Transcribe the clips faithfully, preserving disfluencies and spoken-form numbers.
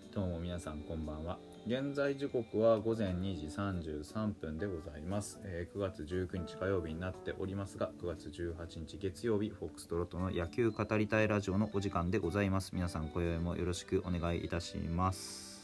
どうも皆さんこんばんは。現在時刻はごぜんにじさんじゅうさんぷんでございます。えー、くがつじゅうくにち火曜日になっておりますが、くがつじゅうはちにち月曜日、フォックストロットの野球語りたいラジオのお時間でございます。皆さん今宵もよろしくお願いいたします。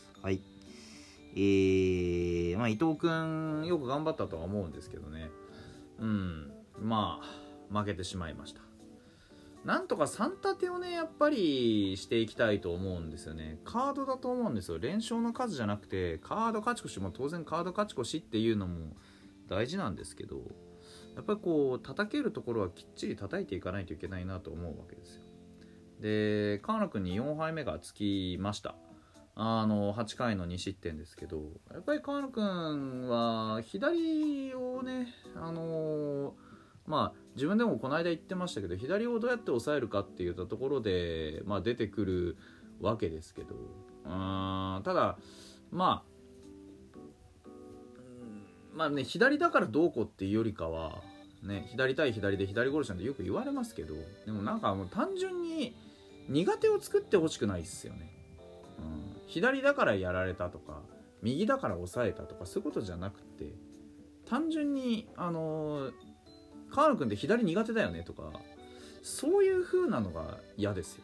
はい。えー、まあ伊藤くんよく頑張ったとは思うんですけどね。うん、まあ負けてしまいました。なんとかさん立てをねやっぱりしていきたいと思うんですよね。カードだと思うんですよ。連勝の数じゃなくてカード勝ち越しも当然カード勝ち越しっていうのも大事なんですけど、やっぱりこう叩けるところはきっちり叩いていかないといけないなと思うわけですよ。で川野くんによんはいめがつきました。あのはちかいのにしってんですけど、やっぱり川野くんは左をねあのーまあ自分でもこの間言ってましたけど、左をどうやって抑えるかっていったところで、まあ、出てくるわけですけど、うーんただまあまあね左だからどうこうっていうよりかはね、左対左で左殺しなんてよく言われますけど、でもなんかもう単純に苦手を作ってほしくないですよね。うん、左だからやられたとか右だから抑えたとかそういうことじゃなくて、単純にあのー川野くんって左苦手だよねとかそういう風なのが嫌ですよ、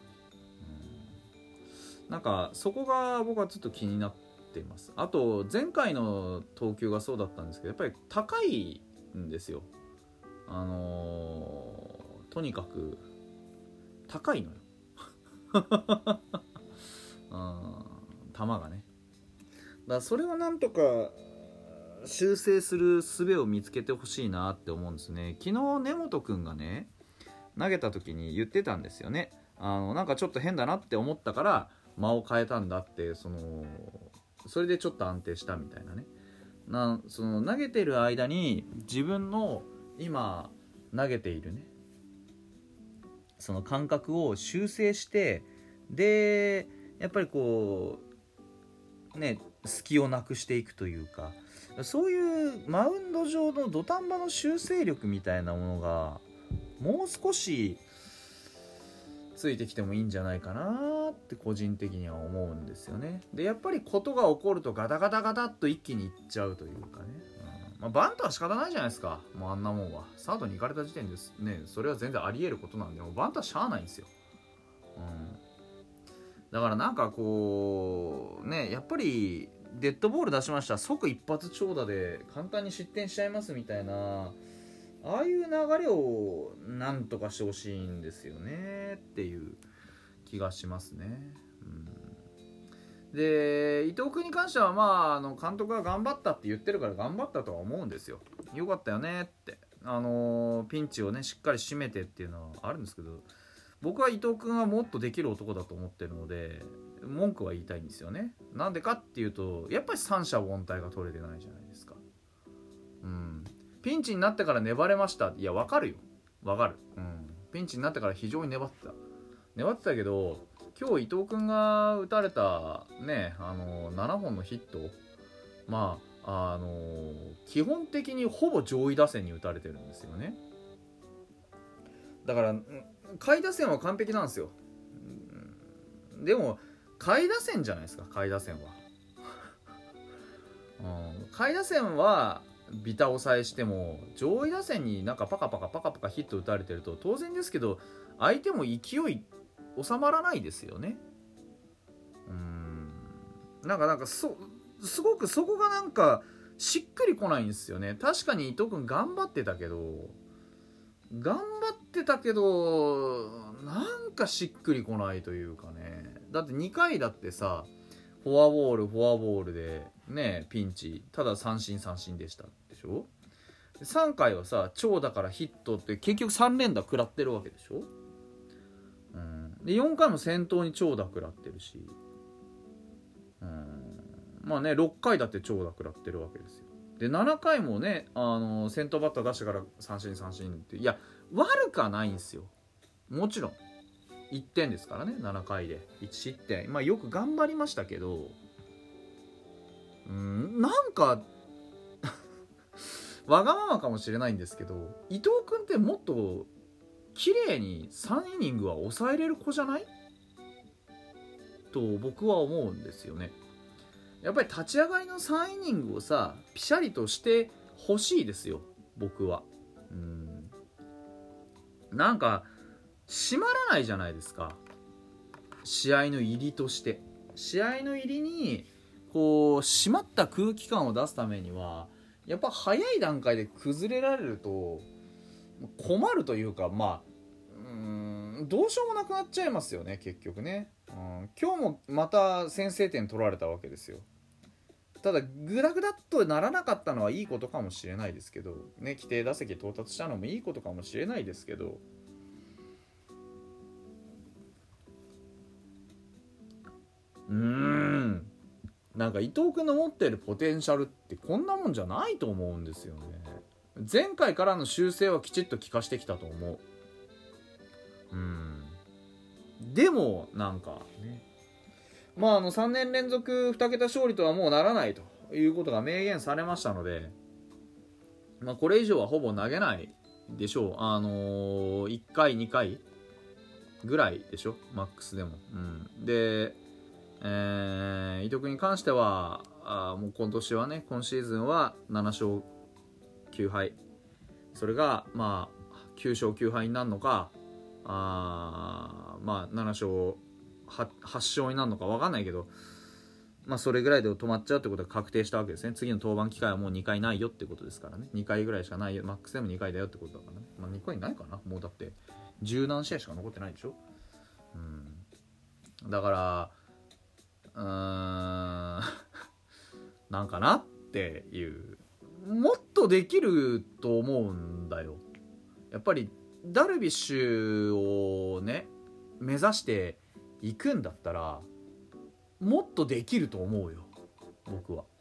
うん、なんかそこが僕はちょっと気になっています。あと前回の投球がそうだったんですけど、やっぱり高いんですよ。あのー、とにかく高いのようん、球がね。だからそれをなんとか修正する術を見つけてほしいなって思うんですね。昨日根本くんがね投げた時に言ってたんですよね。あのなんかちょっと変だなって思ったから間を変えたんだって、そのそれでちょっと安定したみたいなね。なその投げてる間に自分の今投げているねその感覚を修正して、でやっぱりこうね隙をなくしていくというか、そういうマウンド上の土壇場の修正力みたいなものがもう少しついてきてもいいんじゃないかなって個人的には思うんですよね。でやっぱりことが起こるとガタガタガタっと一気にいっちゃうというかね、うんまあ、バントは仕方ないじゃないですか。もうあんなもんはサードに行かれた時点ですね、それは全然あり得ることなんで、もうバントはしゃあないんですよ、うん、だからなんかこうねやっぱりデッドボール出しました即一発長打で簡単に失点しちゃいますみたいな、ああいう流れをなんとかしてほしいんですよねっていう気がしますね、うん、で伊藤君に関してはまああの監督が頑張ったって言ってるから頑張ったとは思うんですよ。よかったよねって、あのー、ピンチをねしっかり締めてっていうのはあるんですけど、僕は伊藤君はもっとできる男だと思ってるので文句は言いたいんですよね。なんでかっていうとやっぱり三者凡退が取れてないじゃないですか。うん、ピンチになってから粘れました。いや分かるよ分かる、うん、ピンチになってから非常に粘ってた粘ってたけど、今日伊藤君が打たれたねあのななほんのヒット、まああの基本的にほぼ上位打線に打たれてるんですよね。だから下位打線は完璧なんですよ。でも下位打線じゃないですか。下位打線は、うん、下位打線はビタ抑えしても上位打線になんかパカパカパカパカヒット打たれてると当然ですけど相手も勢い収まらないですよね。うーんなんかなんかそすごくそこがなんかしっくりこないんですよね。確かに伊藤君頑張ってたけど頑張ってたけどなんかしっくりこないというかね。だってにかいだってさフォアボールフォアボールでねピンチただ三振三振でしたでしょ。さんかいはさ長打からヒットって結局さん連打食らってるわけでしょ、うん、でよんかいも先頭に長打食らってるし、うん、まあねろっかいだって長打食らってるわけですよ。でななかいもねあの先頭バッター出してから三振三振って、いや悪くはないんですよ。もちろんいってんですからね、ななかいでいち失点、まあよく頑張りましたけど、うーんなんかわがままかもしれないんですけど伊藤君ってもっと綺麗にさんイニングは抑えれる子じゃない？ と僕は思うんですよね。やっぱり立ち上がりのさんイニングをさピシャリとしてほしいですよ僕は。うんなんか締まらないじゃないですか試合の入りとして。試合の入りにこう締まった空気感を出すためにはやっぱ早い段階で崩れられると困るというか、まあうーんどうしようもなくなっちゃいますよね結局ね。うん、今日もまた先制点取られたわけですよ。ただグダグダっとならなかったのはいいことかもしれないですけどね、規定打席到達したのもいいことかもしれないですけど、うーんなんか伊藤君の持っているポテンシャルってこんなもんじゃないと思うんですよね。前回からの修正はきちっと効かしてきたと思う。うんでもなんかね、まああのさんねん連続に桁勝利とはもうならないということが明言されましたので、まあ、これ以上はほぼ投げないでしょう。あのー、いっかいにかいぐらいでしょマックスでも、うん、で、えー、伊藤君に関してはあもう今年はね今シーズンはなな勝きゅう敗、それがまあきゅう勝きゅう敗になるのかあまあなな勝 はち, はち勝になるのか分かんないけど、まあそれぐらいで止まっちゃうってことが確定したわけですね。次の登板機会はもうにかいないよってことですからね。にかいぐらいしかないよ、マックスでもにかいだよってことだからね。まあにかいないかな、もうだって十何試合しか残ってないでしょ。うんだからうーんなんかなっていう、もっとできると思うんだよ。やっぱりダルビッシュをね目指していくんだったらもっとできると思うよ僕は。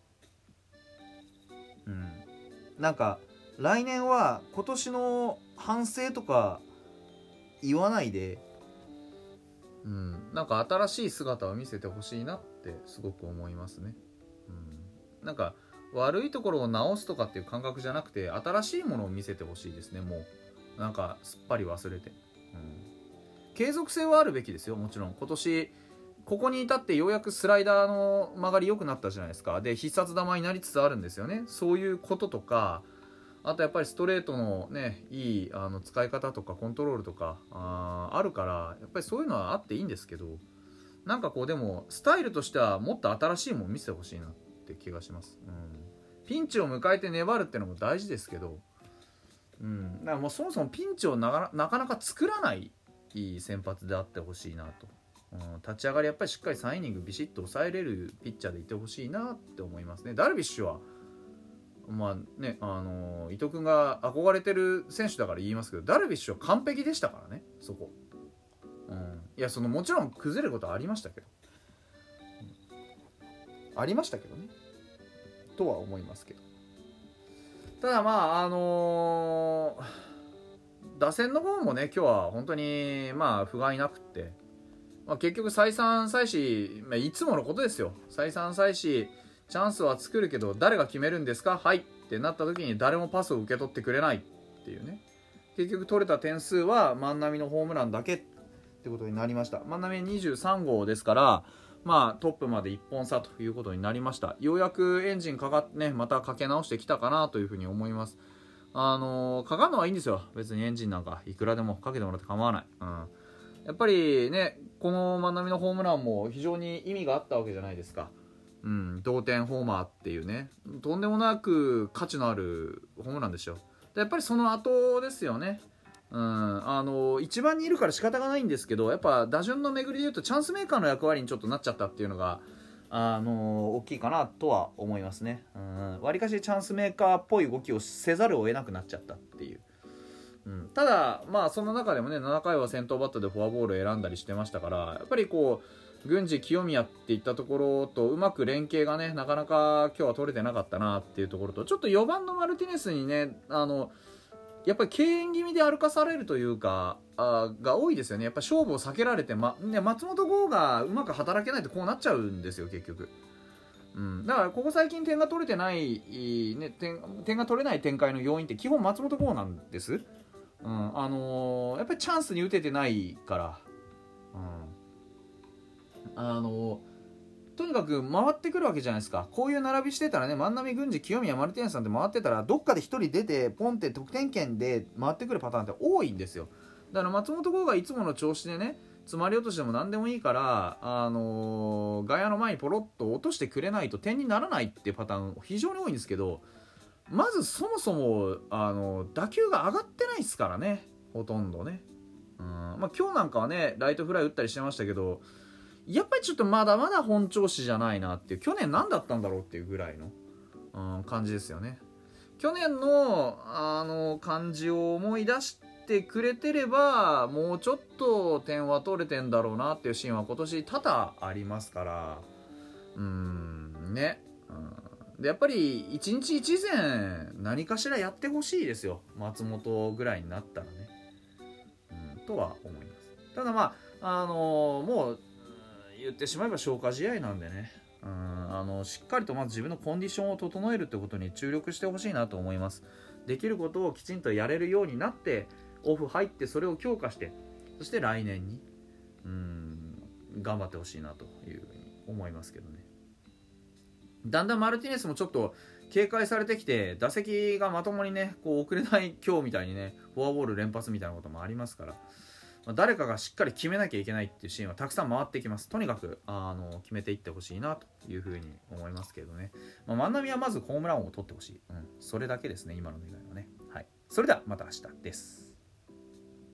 うんなんか来年は今年の反省とか言わないで、うん、なんか新しい姿を見せてほしいなってすごく思いますね。うん、なんか悪いところを直すとかっていう感覚じゃなくて新しいものを見せてほしいですね。もうなんかすっぱり忘れて、うん、継続性はあるべきですよもちろん。今年ここに至ってようやくスライダーの曲がり良くなったじゃないですか。で必殺球になりつつあるんですよね。そういうこととか、あとやっぱりストレートのねいいあの使い方とかコントロールとか あ, あるからやっぱりそういうのはあっていいんですけど、なんかこうでもスタイルとしてはもっと新しいものを見せてほしいなって気がします。うん、ピンチを迎えて粘るってのも大事ですけど、うん、だからもうそもそもピンチをなか な, なかなか作らない先発であってほしいなと。うん、立ち上がりやっぱりしっかりさんイニングビシッと抑えれるピッチャーでいてほしいなって思いますね。ダルビッシュはまあねあのー、伊藤君が憧れてる選手だから言いますけど、ダルビッシュは完璧でしたからねそこ。うん、いやそのもちろん崩れることはありましたけど、うん、ありましたけどねとは思いますけど、ただまああのー、打線の方もね今日は本当にまあ不甲斐なくって、まあ、結局再三再四、まあ、いつものことですよ。再三再四チャンスは作るけど誰が決めるんですかはいってなった時に誰もパスを受け取ってくれないっていうね。結局取れた点数は万波のホームランだけってことになりました。万波にじゅうさん号ですから、まあトップまでいっぽん差ということになりました。ようやくエンジンかかってねまたかけ直してきたかなというふうに思います。あのー、かかるのはいいんですよ。別にエンジンなんかいくらでもかけてもらって構わない。うん、やっぱりねこの万波のホームランも非常に意味があったわけじゃないですか。うん、同点ホーマーっていうねとんでもなく価値のあるホームランでしょ。やっぱりその後ですよね。うん、あの一番にいるから仕方がないんですけど、やっぱ打順の巡りでいうとチャンスメーカーの役割にちょっとなっちゃったっていうのがあの大きいかなとは思いますね。わりかしチャンスメーカーっぽい動きをせざるを得なくなっちゃったっていう。うん、ただまあその中でもねななかいは先頭バッターでフォアボールを選んだりしてましたから、やっぱりこう郡司清宮っていったところとうまく連携がねなかなか今日は取れてなかったなっていうところと、ちょっとよばんのマルティネスにねあのやっぱり敬遠気味で歩かされるというかあが多いですよね。やっぱ勝負を避けられて、まね、松本剛がうまく働けないとこうなっちゃうんですよ結局。うん、だからここ最近点が取れてない、ね、点, 点が取れない展開の要因って基本松本剛なんです。うん、あのー、やっぱりチャンスに打ててないから、 あのとにかく回ってくるわけじゃないですか。こういう並びしてたらね、万波、郡司、清宮、マルティネスさんって回ってたら、どっかでひとり出てポンって得点圏で回ってくるパターンって多いんですよ。だから松本剛がいつもの調子でね、詰まり落としでも何でもいいから、あのー、外野の前にポロッと落としてくれないと点にならないっていうパターン非常に多いんですけど、まずそもそも、あのー、打球が上がってないですからね、ほとんどね。うん、まあ、今日なんかはねライトフライ打ったりしてましたけど、やっぱりちょっとまだまだ本調子じゃないなっていう、去年何だったんだろうっていうぐらいの、うん、感じですよね。去年のあの感じを思い出してくれてれば、もうちょっと点は取れてんだろうなっていうシーンは今年多々ありますから、うーんね、うん、でやっぱり一日一善何かしらやってほしいですよ、松本ぐらいになったらね、うん、とは思います。ただまああのー、もう言ってしまえば消化試合なんでね、うん、あのしっかりとまず自分のコンディションを整えるってことに注力してほしいなと思います。できることをきちんとやれるようになってオフ入ってそれを強化して、そして来年にうん頑張ってほしいなというふうに思いますけどね。だんだんマルティネスもちょっと警戒されてきて、打席がまともにねこう遅れない今日みたいにねフォアボール連発みたいなこともありますから、誰かがしっかり決めなきゃいけないっていうシーンはたくさん回ってきます。とにかくあの決めていってほしいなというふうに思いますけどね。まあ、万波はまずホームラン王を取ってほしい、うん、それだけですね、今の願いはね。はい、それではまた明日です。